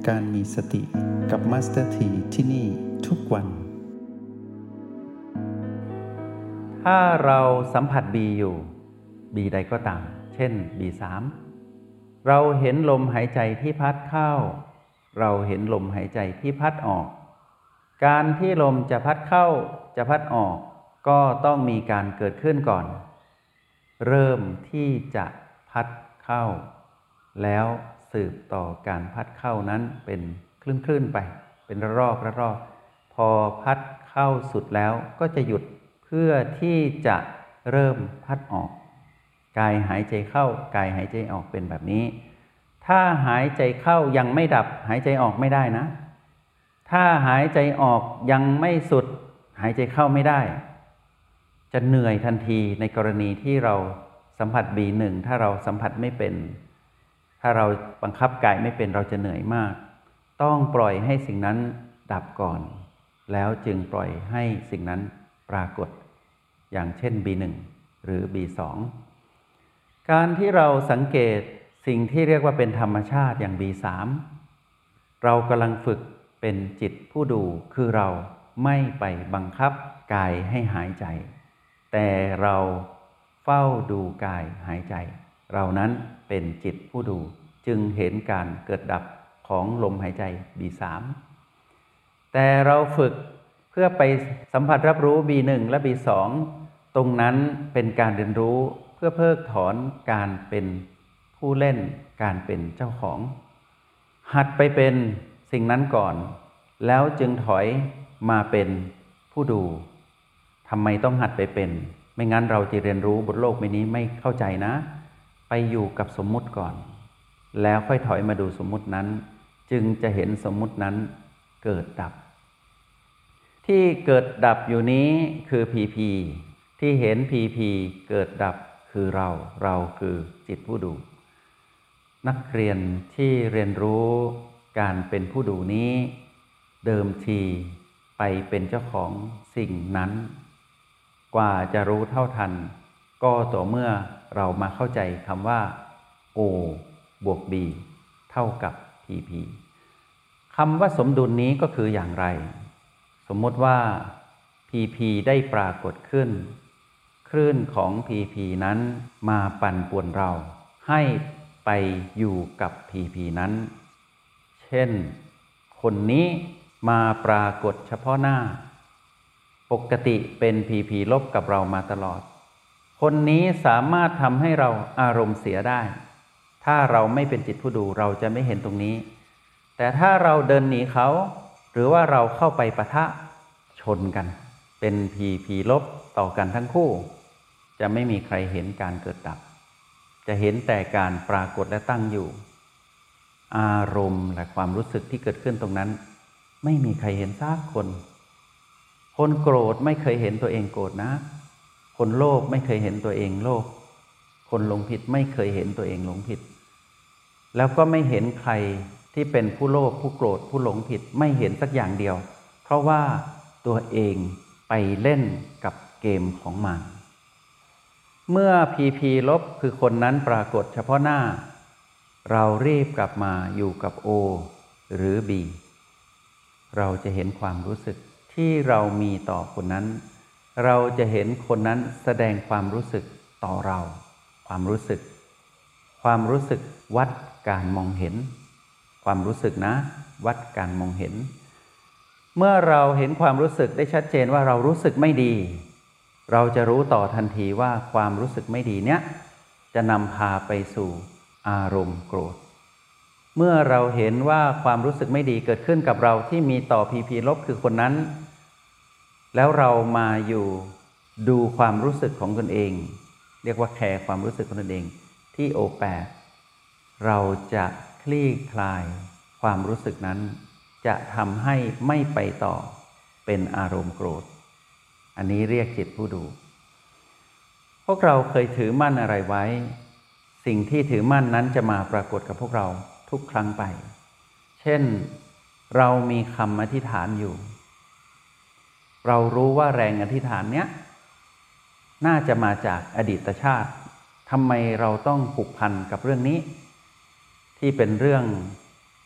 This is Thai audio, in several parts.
การมีสติกับมาสเตอร์ทีที่นี่ทุกวันถ้าเราสัมผัส B อยู่ B ใดก็ตามเช่น B3 เราเห็นลมหายใจที่พัดเข้าเราเห็นลมหายใจที่พัดออกการที่ลมจะพัดเข้าจะพัดออกก็ต้องมีการเกิดขึ้นก่อนเริ่มที่จะพัดเข้าแล้วสืบต่อการพัดเข้านั้นเป็นคลื่นๆไปเป็นระลอกพอพัดเข้าสุดแล้วก็จะหยุดเพื่อที่จะเริ่มพัดออกกายหายใจเข้ากายหายใจออกเป็นแบบนี้ถ้าหายใจเข้ายังไม่ดับหายใจออกไม่ได้นะถ้าหายใจออกยังไม่สุดหายใจเข้าไม่ได้จะเหนื่อยทันทีในกรณีที่เราสัมผัส B1 ถ้าเราสัมผัสไม่เป็นถ้าเราบังคับกายไม่เป็นเราจะเหนื่อยมากต้องปล่อยให้สิ่งนั้นดับก่อนแล้วจึงปล่อยให้สิ่งนั้นปรากฏอย่างเช่น B1 หรือ B2 การที่เราสังเกตสิ่งที่เรียกว่าเป็นธรรมชาติอย่าง B3 เรากำลังฝึกเป็นจิตผู้ดูคือเราไม่ไปบังคับกายให้หายใจแต่เราเฝ้าดูกายหายใจเรานั้นเป็นจิตผู้ดูจึงเห็นการเกิดดับของลมหายใจ B3 แต่เราฝึกเพื่อไปสัมผัสรับรู้ B1 และ B2 ตรงนั้นเป็นการเรียนรู้เพื่อเพิกถอนการเป็นผู้เล่นการเป็นเจ้าของหัดไปเป็นสิ่งนั้นก่อนแล้วจึงถอยมาเป็นผู้ดูทำไมต้องหัดไปเป็นไม่งั้นเราจะเรียนรู้บนโลกใบนี้ไม่เข้าใจนะไปอยู่กับสมมุติก่อนแล้วค่อยถอยมาดูสมมุตินั้นจึงจะเห็นสมมุตินั้นเกิดดับที่เกิดดับอยู่นี้คือ PP ที่เห็น PP เกิดดับคือเราคือจิตผู้ดูนักเรียนที่เรียนรู้การเป็นผู้ดูนี้เดิมทีไปเป็นเจ้าของสิ่งนั้นกว่าจะรู้เท่าทันก็ต่อเมื่อเรามาเข้าใจคำว่า O บวก B เท่ากับ PP คำว่าสมดุลนี้ก็คืออย่างไรสมมติว่า PP ได้ปรากฏขึ้นคลื่นของ PP นั้นมาปั่นป่วนเราให้ไปอยู่กับ PP นั้นเช่นคนนี้มาปรากฏเฉพาะหน้าปกติเป็น PP ลบกับเรามาตลอดคนนี้สามารถทำให้เราอารมณ์เสียได้ถ้าเราไม่เป็นจิตผู้ดูเราจะไม่เห็นตรงนี้แต่ถ้าเราเดินหนีเขาหรือว่าเราเข้าไปปะทะชนกันเป็น PP ลบต่อกันทั้งคู่จะไม่มีใครเห็นการเกิดดับจะเห็นแต่การปรากฏและตั้งอยู่อารมณ์และความรู้สึกที่เกิดขึ้นตรงนั้นไม่มีใครเห็นสักคนคนโกรธไม่เคยเห็นตัวเองโกรธนะคนโลภไม่เคยเห็นตัวเองโลภคนหลงผิดไม่เคยเห็นตัวเองหลงผิดแล้วก็ไม่เห็นใครที่เป็นผู้โลภผู้โกรธผู้หลงผิดไม่เห็นสักอย่างเดียวเพราะว่าตัวเองไปเล่นกับเกมของมันเมื่อ PP ลบคือคนนั้นปรากฏเฉพาะหน้าเรารีบกลับมาอยู่กับ O หรือ B เราจะเห็นความรู้สึกที่เรามีต่อคนนั้นเราจะเห็นคนนั้นแสดงความรู้สึกต่อเราความรู้สึกวัดการมองเห็นความรู้สึกนะวัดการมองเห็นเมื่อเราเห็นความรู้สึกได้ชัดเจนว่าเรารู้สึกไม่ดีเราจะรู้ต่อทันทีว่าความรู้สึกไม่ดีเนี้ยจะนำพาไปสู่อารมณ์โกรธเมื่อเราเห็นว่าความรู้สึกไม่ดีเกิดขึ้นกับเราที่มีต่อ PP ลบคือคนนั้นแล้วเรามาอยู่ดูความรู้สึกของตนเองเรียกว่าแคร์ความรู้สึกของตนเองที่ O8 เราจะคลี่คลายความรู้สึกนั้นจะทำให้ไม่ไปต่อเป็นอารมณ์โกรธอันนี้เรียกจิตผู้ดูพวกเราเคยถือมั่นอะไรไว้สิ่งที่ถือมั่นนั้นจะมาปรากฏกับพวกเราทุกครั้งไปเช่นเรามีคำอธิษฐานอยู่เรารู้ว่าแรงอธิษฐานเนี้ยน่าจะมาจากอดีตชาติทำไมเราต้องผูกพันกับเรื่องนี้ที่เป็นเรื่อง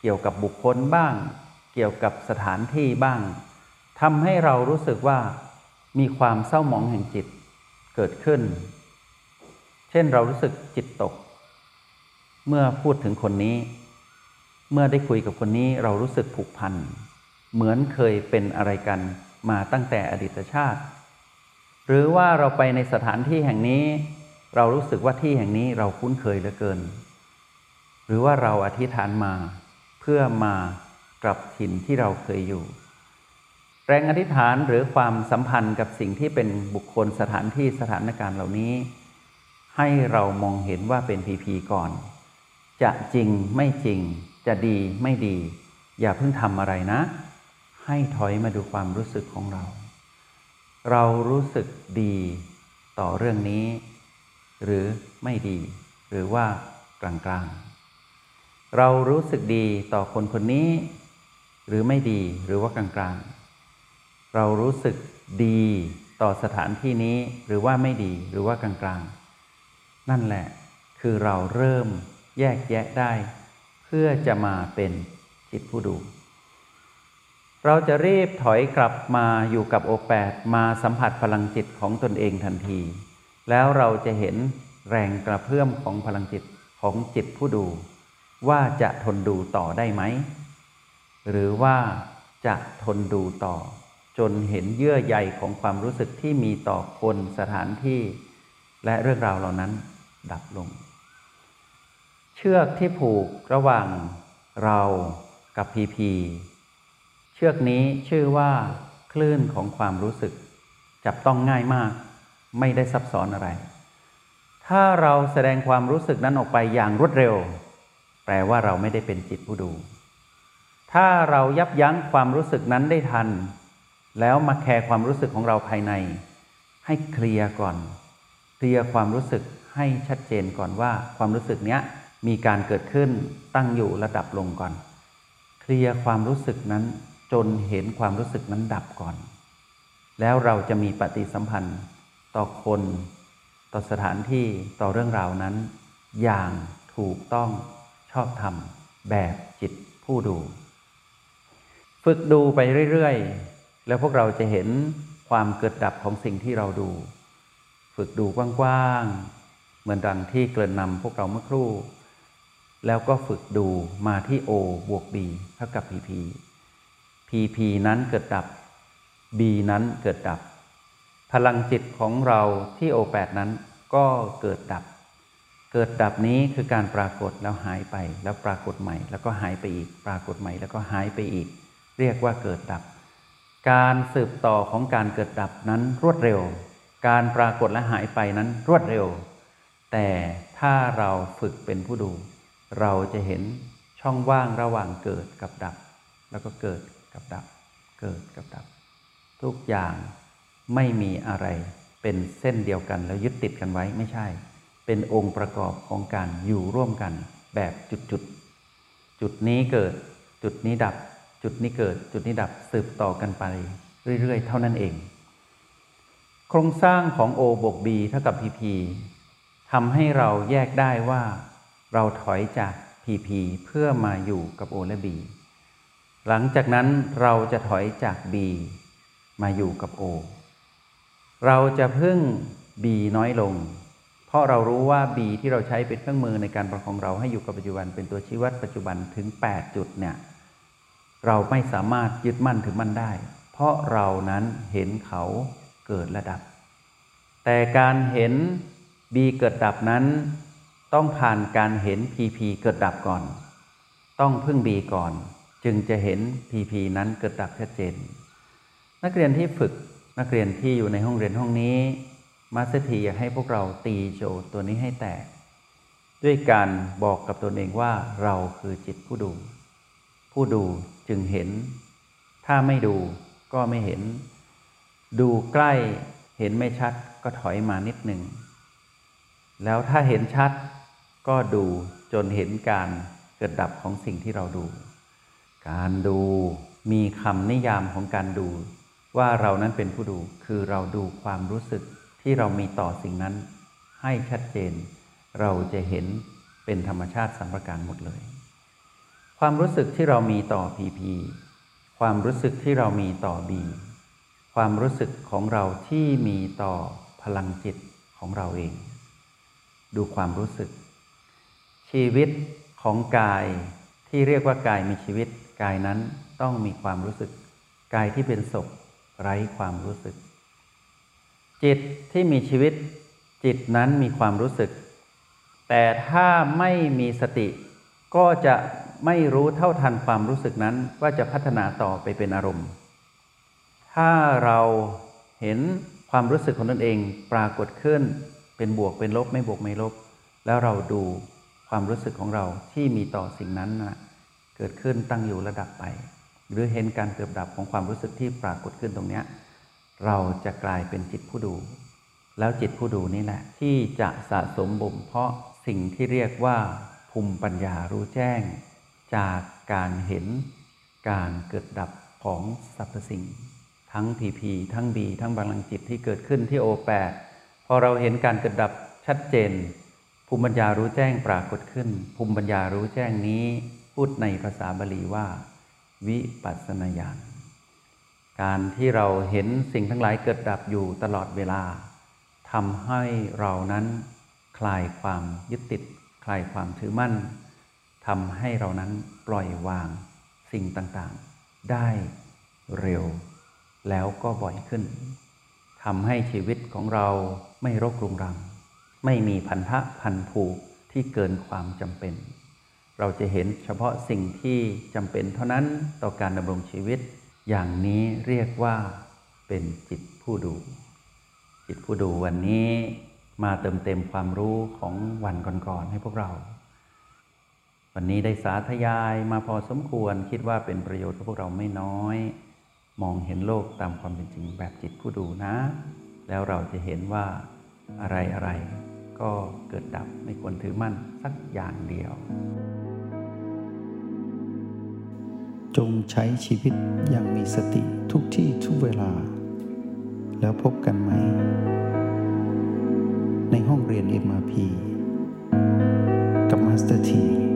เกี่ยวกับบุคคลบ้างเกี่ยวกับสถานที่บ้างทำให้เรารู้สึกว่ามีความเศร้าหมองแห่งจิตเกิดขึ้นเช่นเรารู้สึกจิตตกเมื่อพูดถึงคนนี้เมื่อได้คุยกับคนนี้เรารู้สึกผูกพันเหมือนเคยเป็นอะไรกันมาตั้งแต่อดีตชาติหรือว่าเราไปในสถานที่แห่งนี้เรารู้สึกว่าที่แห่งนี้เราคุ้นเคยเหลือเกินหรือว่าเราอธิษฐานมาเพื่อมากลับถิ่นที่เราเคยอยู่แรงอธิษฐานหรือความสัมพันธ์กับสิ่งที่เป็นบุคคลสถานที่สถานการณ์เหล่านี้ให้เรามองเห็นว่าเป็นพีก่อนจะจริงไม่จริงจะดีไม่ดีอย่าเพิ่งทำอะไรนะให้ถอยมาดูความรู้สึกของเราเรารู้สึกดีต่อเรื่องนี้หรือไม่ดีหรือว่ากลางๆเรารู้สึกดีต่อคนคนนี้หรือไม่ดีหรือว่ากลางๆเรารู้สึกดีต่อสถานที่นี้หรือว่าไม่ดีหรือว่ากลางๆนั่นแหละคือเราเริ่มแยกแยะได้เพื่อจะมาเป็นจิตผู้ดูเราจะรีบถอยกลับมาอยู่กับโอแปดมาสัมผัสพลังจิตของตนเองทันทีแล้วเราจะเห็นแรงกระเพื่อมของพลังจิตของจิตผู้ดูว่าจะทนดูต่อได้ไหมหรือว่าจะทนดูต่อจนเห็นเยื่อใยของความรู้สึกที่มีต่อคนสถานที่และเรื่องราวเหล่านั้นดับลงเชือกที่ผูกระหว่างเรากับพีเชือกนี้ชื่อว่าคลื่นของความรู้สึกจับต้องง่ายมากไม่ได้ซับซ้อนอะไรถ้าเราแสดงความรู้สึกนั้นออกไปอย่างรวดเร็วแปลว่าเราไม่ได้เป็นจิตผู้ดูถ้าเรายับยั้งความรู้สึกนั้นได้ทันแล้วมาแคร์ความรู้สึกของเราภายในให้เคลียร์ก่อนเคลียร์ความรู้สึกให้ชัดเจนก่อนว่าความรู้สึกเนี้ยมีการเกิดขึ้นตั้งอยู่ระดับลงก่อนเคลียร์ความรู้สึกนั้นจนเห็นความรู้สึกนั้นดับก่อนแล้วเราจะมีปฏิสัมพันธ์ต่อคนต่อสถานที่ต่อเรื่องราวนั้นอย่างถูกต้องชอบธรรมแบบจิตผู้ดูฝึกดูไปเรื่อยๆแล้วพวกเราจะเห็นความเกิดดับของสิ่งที่เราดูฝึกดูกว้างๆเหมือนดังที่เกริ่นนำพวกเราเมื่อครู่แล้วก็ฝึกดูมาที่ O บวก B เท่ากับ PP นั้นเกิดดับ B นั้นเกิดดับพลังจิตของเราที่ O8 นั้นก็เกิดดับเกิดดับนี้คือการปรากฏแล้วหายไปแล้วปรากฏใหม่แล้วก็หายไปอีกปรากฏใหม่แล้วก็หายไปอีกเรียกว่าเกิดดับการสืบต่อของการเกิดดับนั้นรวดเร็วการปรากฏและหายไปนั้นรวดเร็วแต่ถ้าเราฝึกเป็นผู้ดูเราจะเห็นช่องว่างระหว่างเกิดกับดับแล้วก็เกิดกับดับเกิดกับดับทุกอย่างไม่มีอะไรเป็นเส้นเดียวกันแล้วยึดติดกันไว้ไม่ใช่เป็นองค์ประกอบของการอยู่ร่วมกันแบบจุดนี้เกิดจุดนี้ดับจุดนี้เกิดจุดนี้ดับสืบต่อกันไปเรื่อยๆเท่านั้นเองโครงสร้างของ O บวก B เท่ากับ PP ทำให้เราแยกได้ว่าเราถอยจาก PP เพื่อมาอยู่กับ O และ B หลังจากนั้นเราจะถอยจาก B มาอยู่กับ O เราจะพึ่ง B น้อยลงเพราะเรารู้ว่า B ที่เราใช้เป็นเครื่องมือในการประคองเราให้อยู่กับปัจจุบันเป็นตัวชี้วัดปัจจุบันถึง8จุดเนี่ยเราไม่สามารถยึดมั่นถือมั่นได้เพราะเรานั้นเห็นเขาเกิดและดับแต่การเห็น B เกิดดับนั้นต้องผ่านการเห็น PP เกิดดับก่อนต้องพึ่ง B ก่อนจึงจะเห็น PP นั้นเกิดดับชัดเจนนักเรียนที่ฝึกนักเรียนที่อยู่ในห้องเรียนห้องนี้มาสเตอร์ทีอยากให้พวกเราตีโจทย์ตัวนี้ให้แตกด้วยการบอกกับตนเองว่าเราคือจิตผู้ดูผู้ดูจึงเห็นถ้าไม่ดูก็ไม่เห็นดูใกล้เห็นไม่ชัดก็ถอยมานิดหนึ่งแล้วถ้าเห็นชัดก็ดูจนเห็นการเกิดดับของสิ่งที่เราดูการดูมีคำนิยามของการดูว่าเรานั้นเป็นผู้ดูคือเราดูความรู้สึกที่เรามีต่อสิ่งนั้นให้ชัดเจนเราจะเห็นเป็นธรรมชาติสัมประการหมดเลยคความรู้สึกที่เรามีต่อ PP ความรู้สึกที่เรามีต่อ B ความรู้สึกของเราที่มีต่อพลังจิตของเราเอง ดูความรู้สึกชีวิตของกายที่เรียกว่ากายมีชีวิตกายนั้นต้องมีความรู้สึกกายที่เป็นศพไร้ความรู้สึกจิตที่มีชีวิตจิตนั้นมีความรู้สึกแต่ถ้าไม่มีสติก็จะไม่รู้เท่าทันความรู้สึกนั้นว่าจะพัฒนาต่อไปเป็นอารมณ์ถ้าเราเห็นความรู้สึกของตนเองปรากฏขึ้นเป็นบวกเป็นลบไม่บวกไม่ลบแล้วเราดูความรู้สึกของเราที่มีต่อสิ่งนั้นนะเกิดขึ้นตั้งอยู่ระดับไปหรือเห็นการเกิดดับของความรู้สึกที่ปรากฏขึ้นตรงนี้เราจะกลายเป็นจิตผู้ดูแล้วจิตผู้ดูนี่แหละที่จะสะสมบ่มเพาะสิ่งที่เรียกว่าภูมิปัญญารู้แจ้งจากการเห็นการเกิดดับของสรรพสิ่งทั้ง PP ทั้ง B ทั้งพลังจิตที่เกิดขึ้นที่ O8 พอเราเห็นการเกิดดับชัดเจนภูมิปัญญารู้แจ้งปรากฏขึ้นภูมิปัญญารู้แจ้งนี้พูดในภาษาบาลีว่าวิปัสสนาญาณการที่เราเห็นสิ่งทั้งหลายเกิดดับอยู่ตลอดเวลาทำให้เรานั้นคลายความยึดติดคลายความถือมั่นทำให้เรานั้นปล่อยวางสิ่งต่างๆได้เร็วแล้วก็บ่อยขึ้นทำให้ชีวิตของเราไม่รกรุงรังไม่มีพันธะพันผูกที่เกินความจำเป็นเราจะเห็นเฉพาะสิ่งที่จำเป็นเท่านั้นต่อการดำรงชีวิตอย่างนี้เรียกว่าเป็นจิตผู้ดูจิตผู้ดูวันนี้มาเติมเต็มความรู้ของวันก่อนๆให้พวกเราวันนี้ได้สาธยายมาพอสมควรคิดว่าเป็นประโยชน์กับพวกเราไม่น้อยมองเห็นโลกตามความเป็นจริงแบบจิตผู้ดูนะแล้วเราจะเห็นว่าอะไรก็เกิดดับไม่ควรถือมั่นสักอย่างเดียวจงใช้ชีวิตอย่างมีสติทุกที่ทุกเวลาแล้วพบกันไหมในห้องเรียน MRP กับมาสเตอร์ที